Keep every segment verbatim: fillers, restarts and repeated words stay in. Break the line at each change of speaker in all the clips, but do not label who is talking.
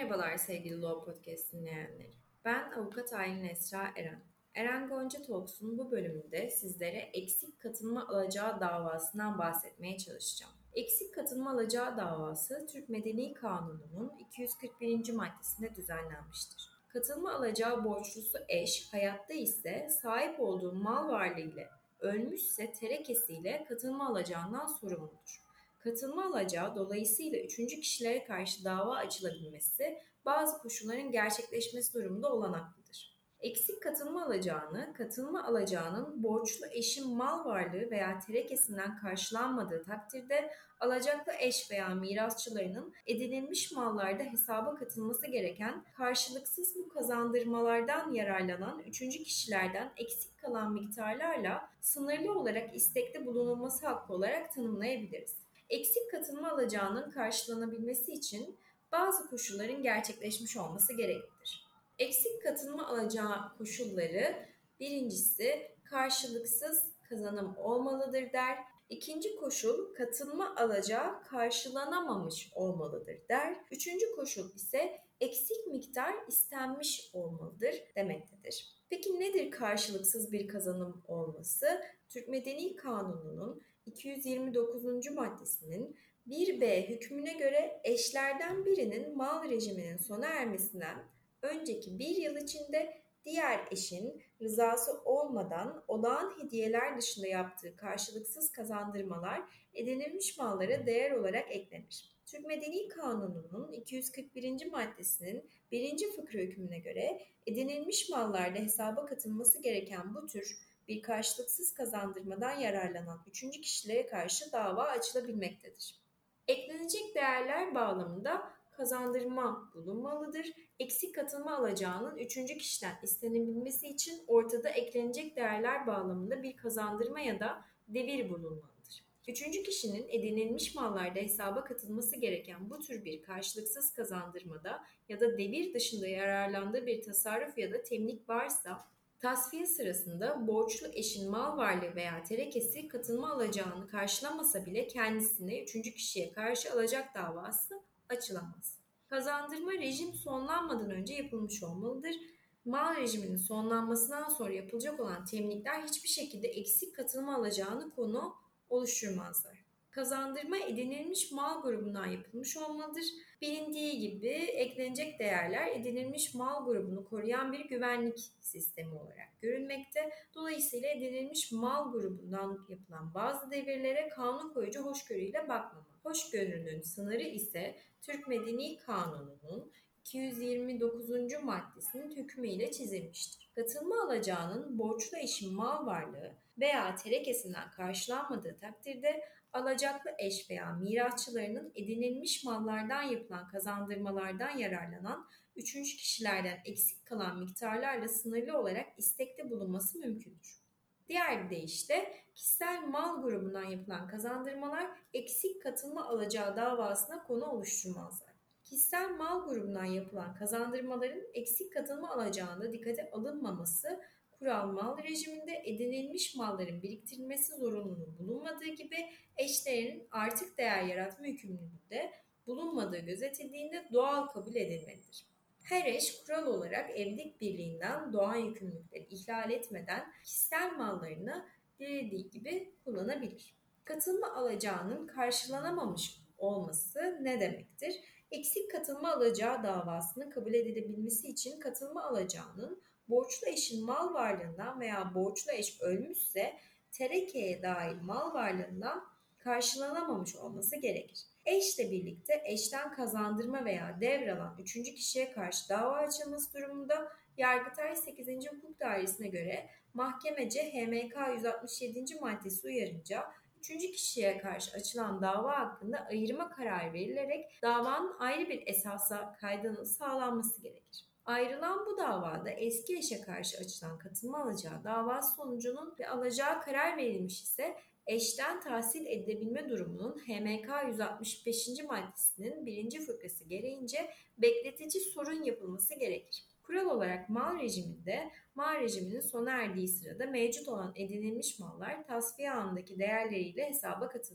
Merhabalar sevgili Law Podcast dinleyenleri. Ben avukat Aylin Esra Eren. Eren Gonca Talks'un bu bölümünde sizlere eksik katılma alacağı davasından bahsetmeye çalışacağım. Eksik katılma alacağı davası Türk Medeni Kanunu'nun iki yüz kırk birinci maddesinde düzenlenmiştir. Katılma alacağı borçlusu eş hayatta ise sahip olduğu mal varlığıyla ölmüşse terekesiyle katılma alacağından sorumludur. Katılma alacağı dolayısıyla üçüncü kişilere karşı dava açılabilmesi bazı koşulların gerçekleşmesi durumunda olanaklıdır. Eksik katılma alacağını, katılma alacağının borçlu eşin mal varlığı veya terekesinden karşılanmadığı takdirde alacaklı eş veya mirasçılarının edinilmiş mallarda hesaba katılması gereken karşılıksız bu kazandırmalardan yararlanan üçüncü kişilerden eksik kalan miktarlarla sınırlı olarak istekte bulunulması hakkı olarak tanımlayabiliriz. Eksik katılma alacağının karşılanabilmesi için bazı koşulların gerçekleşmiş olması gereklidir. Eksik katılma alacağı koşulları birincisi karşılıksız kazanım olmalıdır der. İkinci koşul katılma alacağı karşılanamamış olmalıdır der. Üçüncü koşul ise eksik miktar istenmiş olmalıdır demektedir. Peki nedir karşılıksız bir kazanım olması? Türk Medeni Kanunu'nun iki yüz yirmi dokuzuncu maddesinin bir B hükmüne göre eşlerden birinin mal rejiminin sona ermesinden önceki bir yıl içinde diğer eşin rızası olmadan olağan hediyeler dışında yaptığı karşılıksız kazandırmalar edinilmiş mallara değer olarak eklenir. Türk Medeni Kanunu'nun iki yüz kırk birinci maddesinin birinci fıkra hükmüne göre edinilmiş mallarda hesaba katılması gereken bu tür bir karşılıksız kazandırmadan yararlanan üçüncü kişilere karşı dava açılabilmektedir. Eklenecek değerler bağlamında kazandırma bulunmalıdır. Eksik katılma alacağının üçüncü kişiden istenebilmesi için ortada eklenecek değerler bağlamında bir kazandırma ya da devir bulunmalıdır. Üçüncü kişinin edinilmiş mallarda hesaba katılması gereken bu tür bir karşılıksız kazandırmada ya da devir dışında yararlandığı bir tasarruf ya da temlik varsa tasfiye sırasında borçlu eşin mal varlığı veya terekesi katılma alacağını karşılamasa bile kendisine üçüncü kişiye karşı alacak davası açılamaz. Kazandırma rejim sonlanmadan önce yapılmış olmalıdır. Mal rejiminin sonlanmasından sonra yapılacak olan temlikler hiçbir şekilde eksik katılma alacağını konu oluşturmazlar. Kazandırma edinilmiş mal grubundan yapılmış olmalıdır. Bilindiği gibi eklenecek değerler edinilmiş mal grubunu koruyan bir güvenlik sistemi olarak görülmekte. Dolayısıyla edinilmiş mal grubundan yapılan bazı devirlere kanun koyucu hoşgörüyle bakmamalı. Hoşgörünün sınırı ise Türk Medeni Kanunu'nun iki yüz yirmi dokuzuncu maddesinin hükmüyle çizilmiştir. Katılma alacağının borçlu eşin mal varlığı veya terekesinden karşılanmadığı takdirde alacaklı eş veya mirasçılarının edinilmiş mallardan yapılan kazandırmalardan yararlanan üçüncü kişilerden eksik kalan miktarlarla sınırlı olarak istekte bulunması mümkündür. Diğer bir deyişle kişisel mal grubundan yapılan kazandırmalar eksik katılma alacağı davasına konu oluşturmazlar. Kişisel mal grubundan yapılan kazandırmaların eksik katılma alacağında dikkate alınmaması kural mal rejiminde edinilmiş malların biriktirilmesi zorunluluğu bulunmadığı gibi eşlerinin artık değer yaratma yükümlülüğünde bulunmadığı gözetildiğinde doğal kabul edilmelidir. Her eş kural olarak evlilik birliğinden doğan yükümlülükleri ihlal etmeden kişisel mallarını dilediği gibi kullanabilir. Katılma alacağının karşılanamamış olması ne demektir? Eksik katılma alacağı davasının kabul edilebilmesi için katılma alacağının borçlu eşin mal varlığından veya borçlu eş ölmüşse terekeye dahil mal varlığından karşılanamamış olması gerekir. Eşle birlikte eşten kazandırma veya devralan üçüncü kişiye karşı dava açılması durumunda Yargıtay sekizinci Hukuk Dairesi'ne göre mahkemece H M K yüz altmış yedinci maddesi uyarınca üçüncü kişiye karşı açılan dava hakkında ayırma kararı verilerek davanın ayrı bir esasa kaydının sağlanması gerekir. Ayrılan bu davada eski eşe karşı açılan katılma alacağı dava sonucunun ve alacağı karar verilmiş ise eşten tahsil edilebilme durumunun H M K yüz altmış beşinci maddesinin birinci fıkrası gereğince bekletici sorun yapılması gerekir. Kural olarak mal rejiminde mal rejiminin sona erdiği sırada mevcut olan edinilmiş mallar tasfiye anındaki değerleriyle hesaba katılırlar.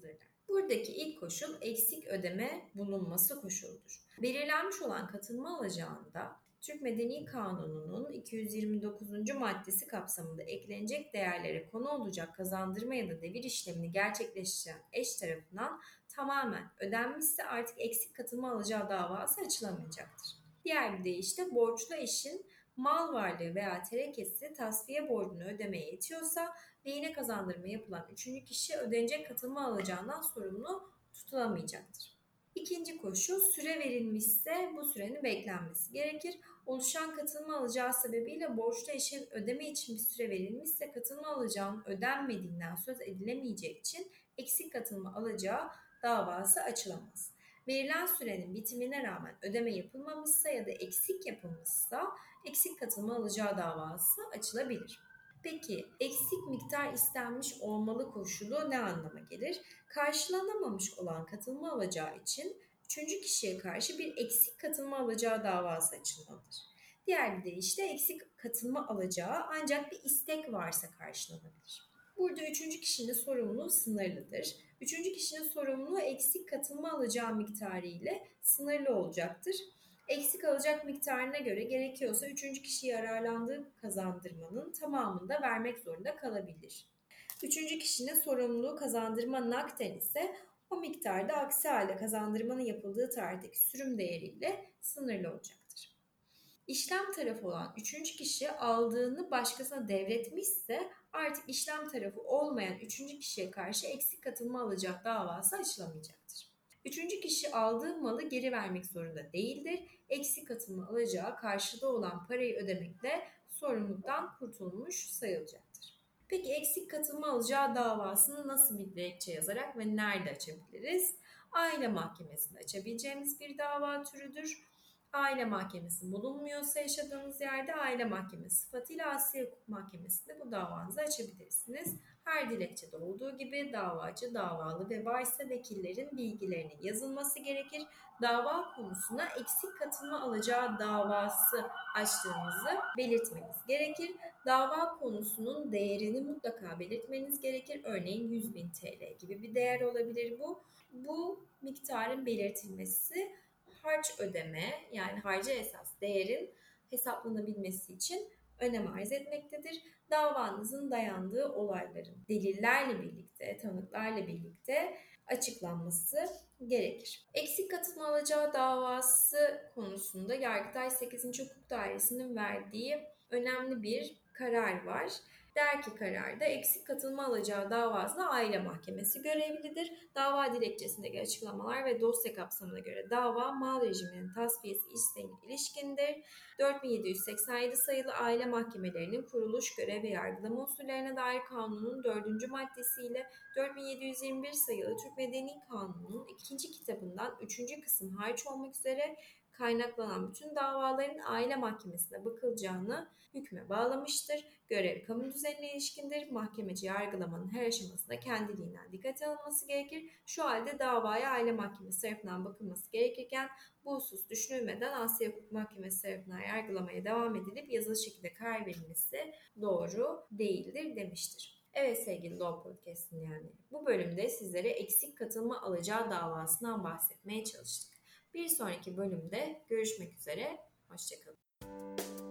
Buradaki ilk koşul eksik ödeme bulunması koşuludur. Belirlenmiş olan katılma alacağında Türk Medeni Kanunu'nun iki yüz yirmi dokuzuncu maddesi kapsamında eklenecek değerlere konu olacak kazandırma ya da devir işlemini gerçekleştiren eş tarafından tamamen ödenmişse artık eksik katılma alacağı davası açılamayacaktır. Diğer bir deyişle borçlu eşin mal varlığı veya terekesi tasfiye borcunu ödemeye yetiyorsa lehine kazandırma yapılan üçüncü kişi ödenecek katılma alacağından sorumlu tutulamayacaktır. İkinci koşul süre verilmişse bu sürenin beklenmesi gerekir. Oluşan katılma alacağı sebebiyle borçlu eşin ödeme için bir süre verilmişse katılma alacağının ödenmediğinden söz edilemeyeceği için eksik katılma alacağı davası açılamaz. Verilen sürenin bitimine rağmen ödeme yapılmamışsa ya da eksik yapılmışsa eksik katılma alacağı davası açılabilir. Peki eksik miktar istenmiş olmalı koşulu ne anlama gelir? Karşılanamamış olan katılma alacağı için üçüncü kişiye karşı bir eksik katılma alacağı davası açılmalıdır. Diğer bir deyişle eksik katılma alacağı ancak bir istek varsa karşılanabilir. Burada üçüncü kişinin sorumluluğu sınırlıdır. Üçüncü kişinin sorumluluğu eksik katılma alacağı miktarı ile sınırlı olacaktır. Eksik alacak miktarına göre gerekiyorsa üçüncü kişi yararlandığı kazandırmanın tamamını da vermek zorunda kalabilir. Üçüncü kişinin sorumluluğu kazandırma nakden ise o miktarda aksi halde kazandırmanın yapıldığı tarihteki sürüm değeriyle sınırlı olacaktır. İşlem tarafı olan üçüncü kişi aldığını başkasına devretmişse artık işlem tarafı olmayan üçüncü kişiye karşı eksik katılma alacak davası açılamayacaktır. Üçüncü kişi aldığı malı geri vermek zorunda değildir. Eksik katılma alacağı karşıda olan parayı ödemekle sorumluluktan kurtulmuş sayılacaktır. Peki eksik katılma alacağı davasını nasıl bir dilekçe yazarak ve nerede açabiliriz? Aile mahkemesinde açabileceğimiz bir dava türüdür. Aile mahkemesi bulunmuyorsa yaşadığınız yerde aile mahkemesi sıfatıyla Asya Hukuk Mahkemesi'nde bu davanızı açabilirsiniz. Her dilekçede olduğu gibi davacı, davalı ve varsa vekillerin bilgilerinin yazılması gerekir. Dava konusuna eksik katılma alacağı davası açtığınızı belirtmeniz gerekir. Dava konusunun değerini mutlaka belirtmeniz gerekir. Örneğin yüz bin TL gibi bir değer olabilir bu. Bu miktarın belirtilmesi harç ödeme yani harca esas değerin hesaplanabilmesi için önem arz etmektedir. Davanızın dayandığı olayların delillerle birlikte, tanıklarla birlikte açıklanması gerekir. Eksik katılma alacağı davası konusunda Yargıtay sekizinci Hukuk Dairesi'nin verdiği önemli bir karar var. Der ki kararda eksik katılma alacağı davasına aile mahkemesi görevlidir. Dava dilekçesindeki açıklamalar ve dosya kapsamına göre dava mal rejiminin tasfiyesi isteğine ilişkindir. dört bin yedi yüz seksen yedi sayılı aile mahkemelerinin kuruluş, görev ve yargılama usullerine dair kanunun dördüncü maddesiyle dört bin yedi yüz yirmi bir sayılı Türk Medeni Kanunu'nun ikinci kitabından üçüncü kısım hariç olmak üzere kaynaklanan bütün davaların aile mahkemesine bakılacağını hükme bağlamıştır. Görev kamu düzenine ilişkindir. Mahkemeci yargılamanın her aşamasında kendiliğinden dikkate alınması gerekir. Şu halde davaya aile mahkemesi tarafından bakılması gerekirken bu husus düşünülmeden Asya Hukuk Mahkemesi tarafından yargılamaya devam edilip yazılı şekilde karar verilmesi doğru değildir demiştir. Evet sevgili Law Podcast dinleyenleri, bu bölümde sizlere eksik katılma alacağı davasından bahsetmeye çalıştık. Bir sonraki bölümde görüşmek üzere, hoşça kalın.